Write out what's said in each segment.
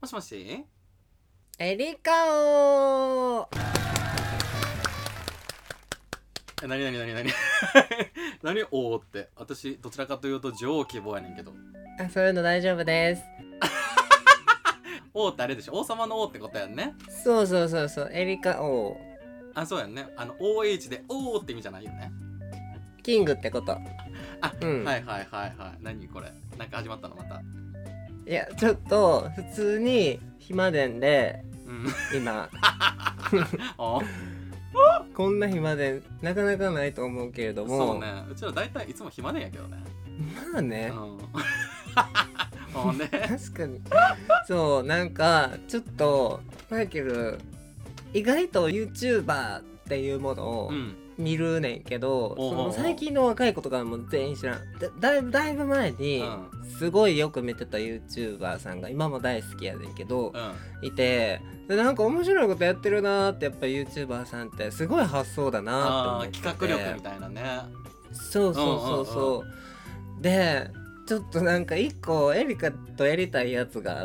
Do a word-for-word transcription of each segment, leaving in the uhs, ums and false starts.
もしもしエリカオえ、なになになになに何おーって。私どちらかというと女王希望やねんけど。 あ、そういうの大丈夫です。 王ってあれでしょ、王様の王ってことやんね。 そうそうそうそう、エリカオあ、そうやんね。あの オーエイチ で王って意味じゃないよね。 キングってこと。 あ、 うん、 はいはいはいはい。何これ、なんか始まったのまた。 いやちょっと普通に暇電でうん今あこんな暇電なかなかないと思うけれども、 そうね、うちら大体いつも暇ねんやけどね。 まあね、 うんほんで確かにそうなんかちょっとマイケル意外と YouTuber っていうものをうん見るねんけど、 おうおうおうその最近の若い子とかも全員知らん。だだいぶだいぶ前にうすごいよく見てた YouTuber さんが今も大好きやねんけど、 うんいて、でなんか面白いことやってるなーって。やっぱ YouTuber さんってすごい発想だなーってあー思ってて、 企画力みたいなね。 そうそうそうそう、でちょっとなんか一個エリカとやりたいやつがあって。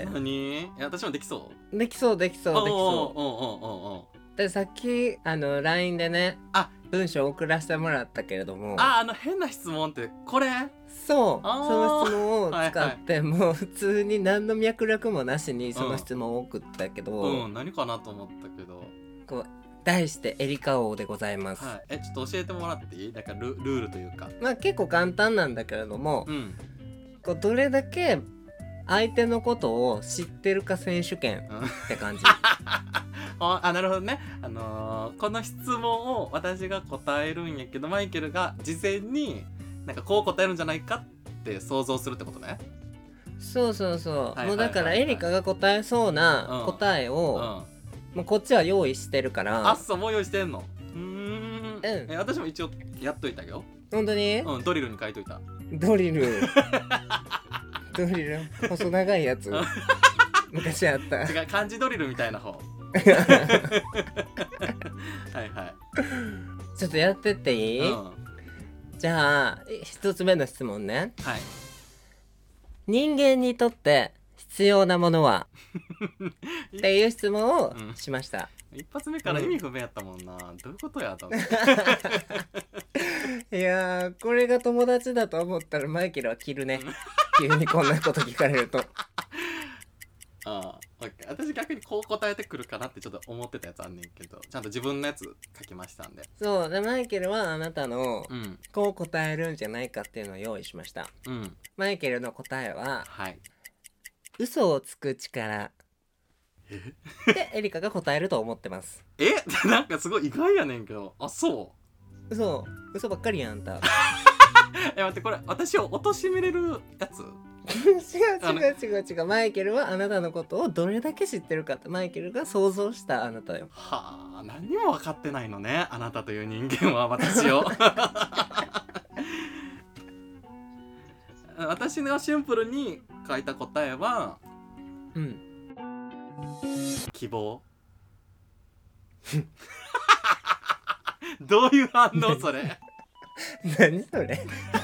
何？いや私もできそう。 できそうできそうできそうおうおうおうおうおうで、さっきあの ライン でね、 あ文章送らせてもらったけれども、 あ、あの変な質問ってこれ？ そうあーその質問を使って、 はいもう普通に何の脈絡もなしにその質問を送ったけど、 うん、何かなと思ったけど。 こう題してエリカ王でございます、 はい、え、ちょっと教えてもらっていい？なんかル、ルールというか。 まあ結構簡単なんだけれども、 うんこうどれだけ相手のことを知ってるか選手権うんって感じああ、なるほどね。あのー、この質問を私が答えるんやけど、マイケルが事前になんかこう答えるんじゃないかって想像するってことね。 そうそうそう、 はいはいはいはいもうだからエリカが答えそうな答えうんを、もうこっちは用意してるからあ、そう、もう用意してんの？うーん、 うんえ、私も一応やっといたよ。 本当に、 うん、ドリルに書いといた。 ドリルドリル細長いやつ昔あった違う、漢字ドリルみたいな方はいはい、 ちょっとやってっていい、 うん、 じゃあ一つ目の質問ね。 はい人間にとって必要なものはっていう質問をしました、 一発目から意味不明やったもんな、どういうことやと思っていやーこれが友達だと思ったらマイケルは切るね急にこんなこと聞かれるとああ、オッケー。私逆にこう答えてくるかなってちょっと思ってたやつあんねんけど、ちゃんと自分のやつ書きましたんで。 そうでマイケルはあなたのうんこう答えるんじゃないかっていうのを用意しました。 うんマイケルの答えははい嘘をつく力でエリカが答えると思ってます。 えなんかすごい意外やねんけど。あ、そう嘘嘘ばっかりやんあんたえ、待って、これ私を貶めれるやつ？ 違う違う違う違う、マイケルはあなたのことをどれだけ知ってるかってマイケルが想像したあなたよ。 はあ、何にも分かってないのね、あなたという人間は私を私がシンプルに書いた答えはうん希望どういう反応それ何それ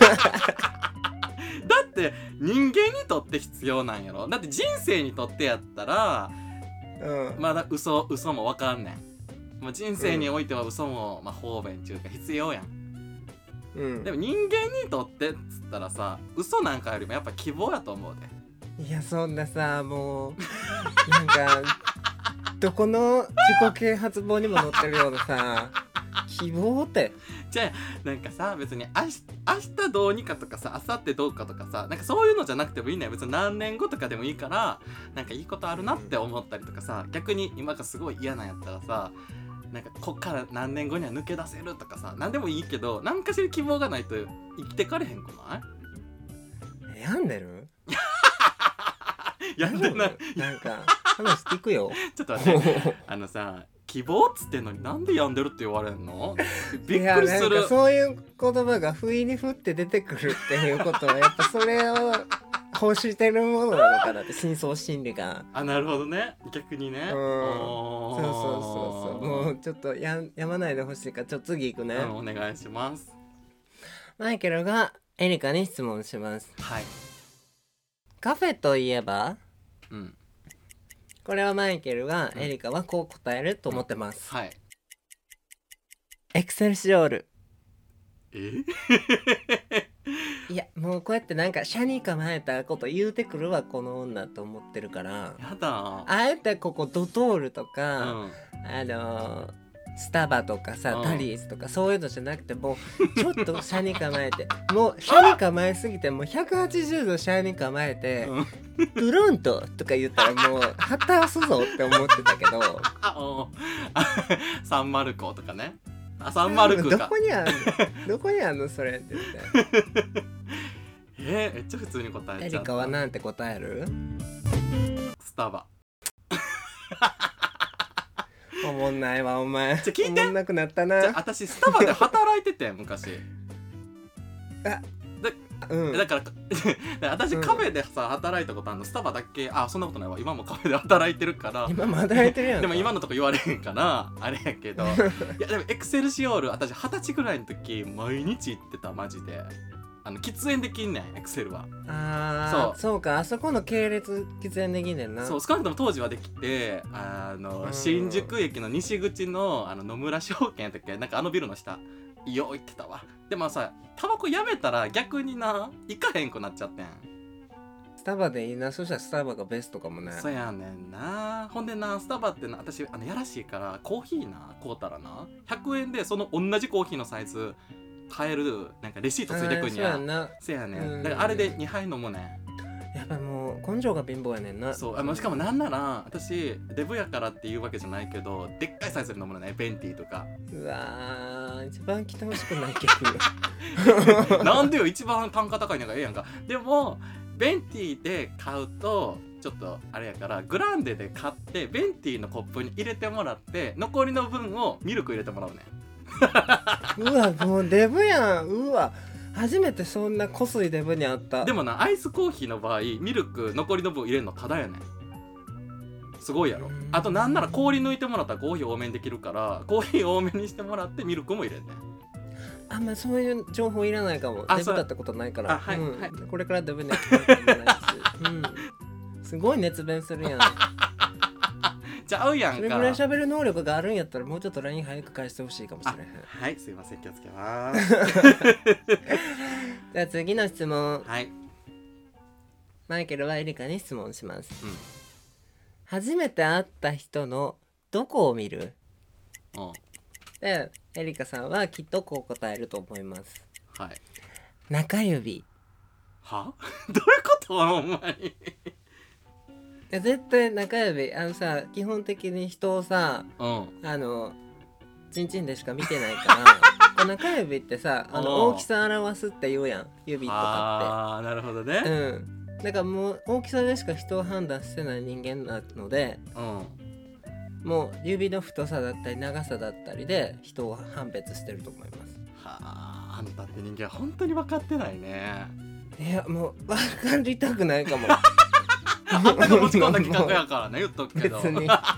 だって人間にとって必要なんやろ。だって人生にとってやったらうんまだ嘘嘘も分かんねん。もう人生においては嘘も、まあ、方便っていうか必要やん。 うんでも人間にとってっつったらさ、嘘なんかよりもやっぱ希望やと思うで。 いやそんなさもうなんかどこの自己啓発本にも載ってるようなさ希望ってじゃあなんかさ、別に明日明日どうにかとかさ、明後日どうかとかさ、なんかそういうのじゃなくてもいいんだよ。別に何年後とかでもいいから、なんかいいことあるなって思ったりとかさ、逆に今がすごい嫌なんやったらさ、なんかこっから何年後には抜け出せるとかさ、何でもいいけど、何かしら希望がないと生きてかれへんくない病んでるやってない。 なんか話聞くよちょっと待ってあのさ、希望っつってんのになんで病んでるって言われんの？びっくりすいやなんるか。そういう言葉が不意にふって出てくるっていうことはやっぱそれを欲してるものなのかなって深層心理が。 あ、なるほどね、逆にね。 うんそうそうそうそう、もうちょっとややまないでほしいからちょっと次行くね、 うん、お願いします。 マイケルがエリカに質問します。 はい。 カフェといえばうん。 これはマイケルは、エリカはこう答えると思ってます、 うん、はい。 エクセルシオール。 えいやもうこうやってなんか車に構えたこと言うてくるわこの女と思ってるから、 やだあえてここドトールとうか、 んあのースタバとかさ、 うんタリーズとかそういうのじゃなくて、もうちょっと車に構えてもう車に構えすぎてもうひゃくはちじゅうど車に構えて、 うんプロントとか言ったらもう旗すぞって思ってたけどあおあサンマルコとかね。あサンマルクどかこにあんのどこにあんのそれって言ってえー、めっちゃ普通に答えエちゃった。 リカはなんて答える？ スタバ。 おもんないわお前。 ちょ聞いて、 おもんなくなったじゃあな。 私スタバで働いてて昔うん、 だから私カフェでさ働いたことあるのスタバだけ。あそんなことないわ、今もカフェで働いてるから今も働いてるやんか。 でも今のとこ言われへんからあれやけどいやでもエクセルシオール私二十歳ぐらいの時毎日行ってた。マジであの喫煙できんねんエクセルは。 ああそうそうか、あそこの系列喫煙できんねんな。 そう少なくとも当時はできて、あのうん新宿駅の西口のあの野村証券だっけ、なんかあのビルの下よう行ってたわ。でもさタバコやめたら逆にな行かへんくなっちゃってん。 スタバでいいな。そしたらスタバがベストかもね。 そうやねんな。ほんでなスタバってな私あのやらしいからコーヒーな買うたらなひゃくえんでその同じコーヒーのサイズ買えるなんかレシートついてくんや。 そうやんな。 せやねうんん。だからあれでにはい飲むねん。 やっぱもう根性が貧乏やねんな。 そうあもうしかもなんなら私デブやからっていうわけじゃないけどでっかいサイズで飲むのね。ベンティーとかうわー一番来てほしくない曲なんでよ一番単価高いのがええやんか。でもベンティーで買うとちょっとあれやからグランデで買ってベンティーのコップに入れてもらって残りの分をミルク入れてもらうねん。 うわもうデブやん。うわ初めてそんなこすいデブにあった。 でもなアイスコーヒーの場合ミルク残りの分入れるのタダやねん。すごいやろ。あとなんなら氷抜いてもらったらコーヒー多めにできるからコーヒー多めにしてもらってミルクも入れんねん。 あんまそういう情報いらないかも。 あデブだったことないから。 あはいうんはいこれからデブになってるかもないし、うん、すごい熱弁するやん。 ちゃうやんか。 それぐらい喋る能力があるんやったらもうちょっと ライン 早く返してほしいかもしれへん。 はいすいません気をつけますじゃあ次の質問。 はいマイケルはエリカに質問します、 うん初めて会った人のどこを見る？ うんでエリカさんはきっとこう答えると思います。 はい中指。 はどういうことほんまにいや絶対中指。あのさ基本的に人をさうんあのチンチンでしか見てないから中指ってさあのうん大きさ表すって言うやん指とかああなるほどねって。うんだからもう大きさでしか人を判断してない人間なので、 うんもう指の太さだったり長さだったりで人を判別してると思います。 はああんたって人間本当に分かってないね。 いやもう分かりたくないかもあんたが持ち込んだ企画やからね言っとくけど別にいや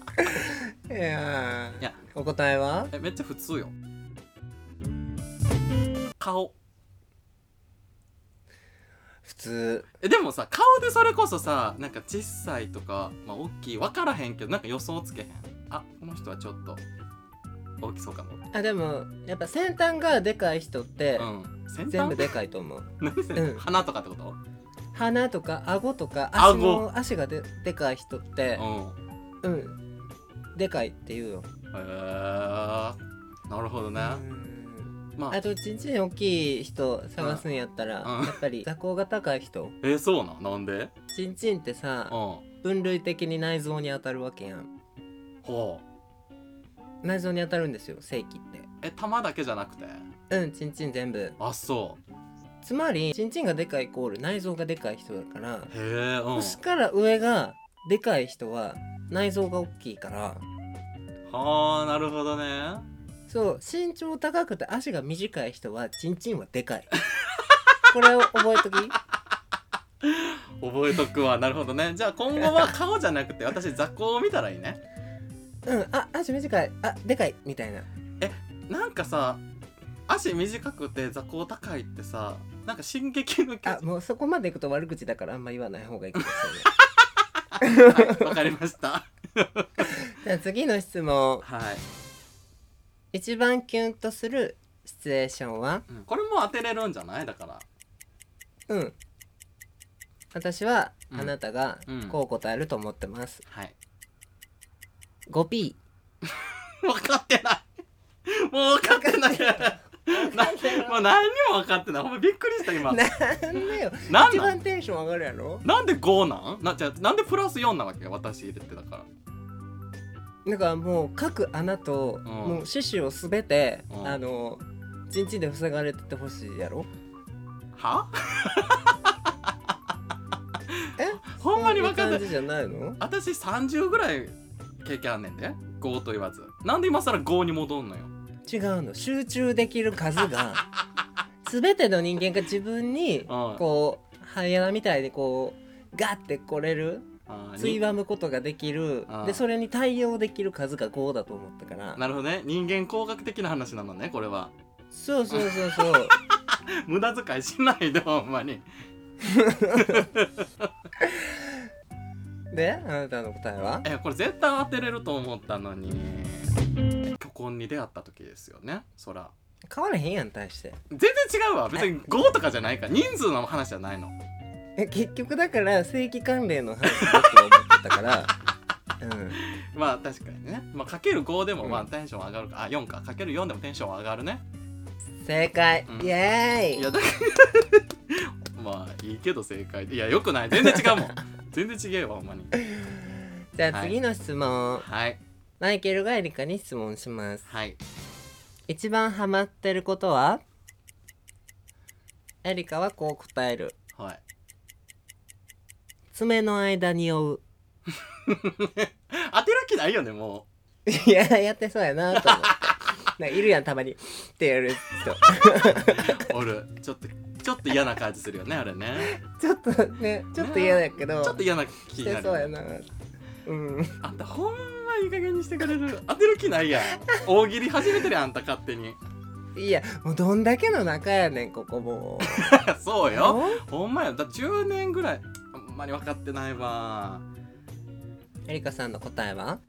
ーいやお答えは？ えめっちゃ普通よ。顔。 普通。 えでもさ顔でそれこそさなんか小さいとか、まあ、大きい分からへんけどなんか予想つけへん。あこの人はちょっと大きそうかも。 あでもやっぱ先端がでかい人ってうん先端全部でかいと思う。 何せ、 うん鼻とかってこと？ 鼻とか顎とか顎足の足がででかい人ってうんうんでかいって言うよ。 へえなるほどね。 うんまああとちんちん大きい人探すんやったら、 うんやっぱり座高が高い人。 えー、そうなんなんで？ ちんちんってうさん分類的に内臓に当たるわけやん。 ほう内臓に当たるんですよ正規って。 え玉だけじゃなくて？ うんちんちん全部。 あそつまりちんちんがでかいイコール内臓がでかい人だから、 うへえうん腰から上がでかい人は内臓が大きいから。 はあなるほどね。 そう身長高くて足が短い人はちんちんはでかいこれを覚えとき。 覚えとくわ。なるほどね。じゃあ今後は顔じゃなくて私座高を見たらいいね。 うんあ足短いあでかいみたいな。 なんかさ足短くて座高高いってさなんか進撃の巨あもうそこまでいくと悪口だからあんま言わない方がいいかもしれないはいわかりましたじゃあ次の質問。 はい一番キュンとするシチュエーションは？ うんこれも当てれるんじゃないだからうん。私はうんあなたがうんこう答えると思ってます。 はいごピ分かってないもう分かってないなもう何にも分かってないほんまびっくりした今ー。なんでよ。一なんなん番テンション上がるやろ。 なんでごなんなじゃあなんでプラスよんなわけ私入れてだからだからもう各穴と、 んもう獅子をすべて、 うんあのチンチンで塞がれててほしいやろ。 はえほんまに分かんないそういう感じじゃないの？ 私さんじゅうぐらい経験あんねんでごと言わずなんで今更ごに戻んのよ違うの。集中できる数が全ての人間が自分にうんこうハイエナみたいにこうガッて来れる、 あーついばむことができるあーで、それに対応できる数がごだと思ったから。 なるほどね人間工学的な話なのねこれはそうそうそうそう無駄遣いしないでほんまにで、あなたの答えは？ えこれ絶対当てれると思ったのに虚婚に出会った時ですよねそら変わらへんやん。対して全然違うわ別にごとかじゃないから人数の話じゃないのえ結局だから正規関連の話だと思ってたからうんまあ確かにねまあかけるごでもまあうんテンション上がるか、あよんかかけるよんでもテンション上がるね正解、 うんイエーイ。 いやだからまあいいけど正解いやよくない全然違うもん全然違うわほんまにじゃあ次の質問、 はいマイケルがエリカに質問します。 はい一番ハマってることは？エリカはこう答える。 はい爪の間に追う。 当てる気ないよねもいややってそうやなと思ってなんかいるやんたまにってやる人うおるちょっとちょっと嫌な感じするよねあれねちょっとねちょっと嫌だけど、 ちょっと嫌な気しになるてそうやな。うんあんたほんまいい加減にしてくれる当てる気ないやん大喜利始めてるやんあんた勝手にいやもうどんだけの仲やねんここもそうよほんまやだじゅうねんぐらいあんまり分かってないわエリカさんの答えは？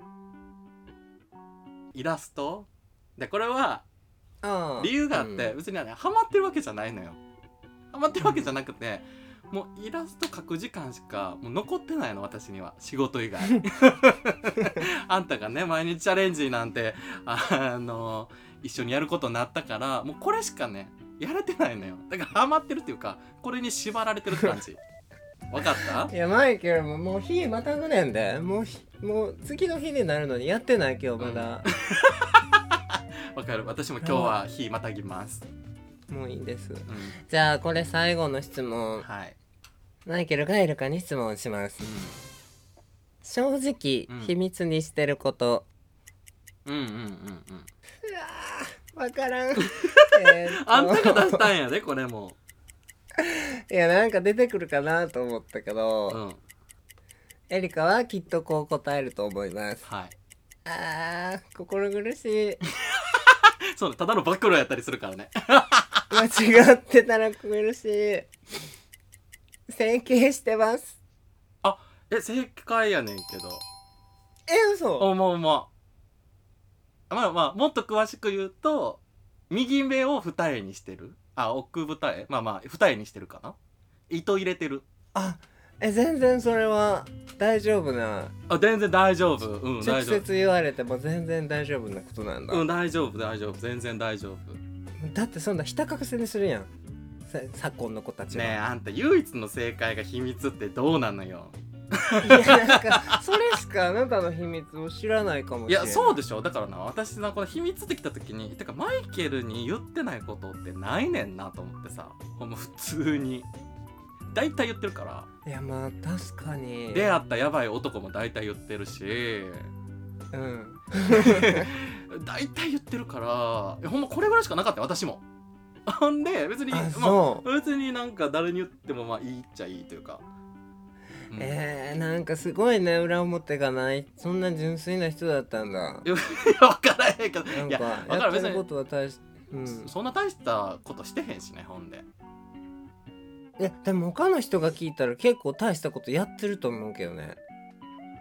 イラストでこれはああ理由があって、 うん別にねハマってるわけじゃないのよハマってるわけじゃなくてもうイラスト描く時間しかもう残ってないの私には仕事以外あんたがね毎日チャレンジなんてあの一緒にやることになったからもうこれしかねやれてないのよだからハマってるっていうかこれに縛られてるって感じわかったいやマイケルももう日またぐねんでもうひもう次の日になるのにやってない今日まだ、 わかる私も今日は日またぎます、 もういいです。 うん、 じゃあこれ最後の質問、 はい、 マイケルがエリカに質問します。正直、 うん秘密にしてること。 うんうんうんうんうんうわーわからんえーっとあんたが出したんやでこれもいやなんか出てくるかなと思ったけど、 うんエリカはきっとこう答えると思います。 はいあー心苦しいそうねただの暴露やったりするからね間違ってたら苦しい。整形してます。 え正解やねんけどえ嘘。 おまあまあまあまあもっと詳しく言うと右目を二重にしてるあ奥二重まあまあ二重にしてるかな糸入れてるあえ全然それは大丈夫な。 あ全然大丈夫うん直大丈夫接言われても全然大丈夫なことなんだ、 うん大丈夫大丈夫全然大丈夫だってそんなひた隠せにするやんさ昨今の子たちは。 ねえあんた唯一の正解が秘密ってどうなのよいやなんかそれしかあなたの秘密を知らないかもしいれない。 やそうでしょだからな私なこの秘密ってきた時にてかマイケルに言ってないことってないねんなと思ってさほんま普通に大体言ってるからいやまあ確かに出会ったヤバい男も大体言ってるしうん大体言ってるからいやほんまこれぐらいしかなかったよ私もほんで別にあまそう、 あ、別になんか誰に言ってもまあいいっちゃいいというか、うん、 えー、なんかすごいね裏表がないそんな純粋な人だったんだ。 いや分からへんけどいやなんか分からん別にやってることは大しうんそんな大したことしてへんしねほんでいやでも他の人が聞いたら結構大したことやってると思うけどね。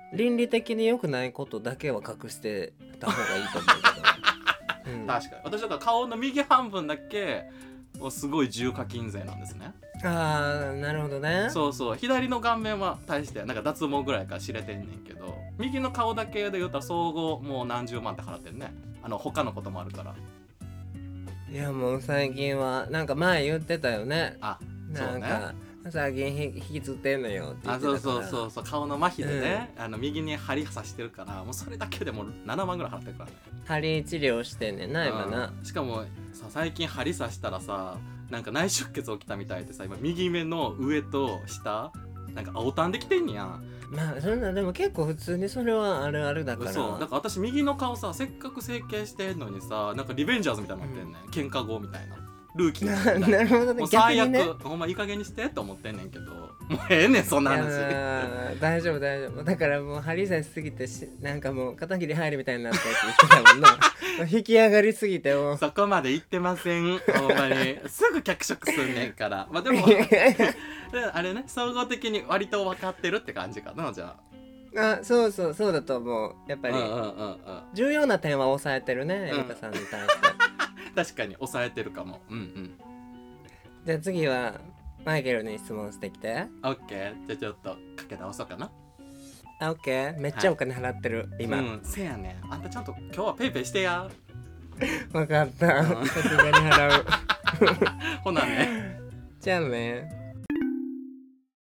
倫理的に良くないことだけは隠してた方がいいと思うけど、うん、 確かに私だから顔の右半分だけすごい重課金税なんですね。 ああなるほどね。 そうそう左の顔面は大してなんか脱毛ぐらいから知れてんねんけど、右の顔だけで言うたら総合もう何十万って払ってんね。あの他のこともあるから。 いやもう最近はなんか前言ってたよね。 あなんか最近引きずってんのよって言ってたから。 あそうそうそうそう顔の麻痺でね、うん、あの右に針刺してるからもうそれだけでもななまんぐらい払ってるからね。 針治療してんねんな今な、 うん、しかもさ最近針刺したらさなんか内出血起きたみたいでさ今右目の上と下なんか青たんできてんねやん。 まあそんなでも結構普通にそれはあるあるだから。 そうだから私右の顔させっかく整形してんのにさなんかリベンジャーズみたいになってんねん、うん、喧嘩後みたいなルーキーみたいな。 なるほどね。 もう最悪、 ね、 ほんまいい加減にしてって思ってんねんけどもうええねんそんな話。 大丈夫大丈夫だからもう針刺しすぎてしなんかもう片桐入るみたいになったって言ってたもんな引き上がりすぎてもそこまで言ってませんほんまにすぐ脚色すんねんからまあでもあれね総合的に割と分かってるって感じかな。じゃああそうそうそうだと思う。やっぱり、 うんうんうんうん、 重要な点は抑えてるねエリカさんに対して確かに抑えてるかも。うんうんじゃあ次はマイケルに質問してきて。 オッケーじゃあちょっとかけ直そうかな。 あオッケーめっちゃお金払ってる、はい、今うんせやねんあんたちゃんと今日はペイペイしてや。 分かったさすがに払うほなねじゃあね。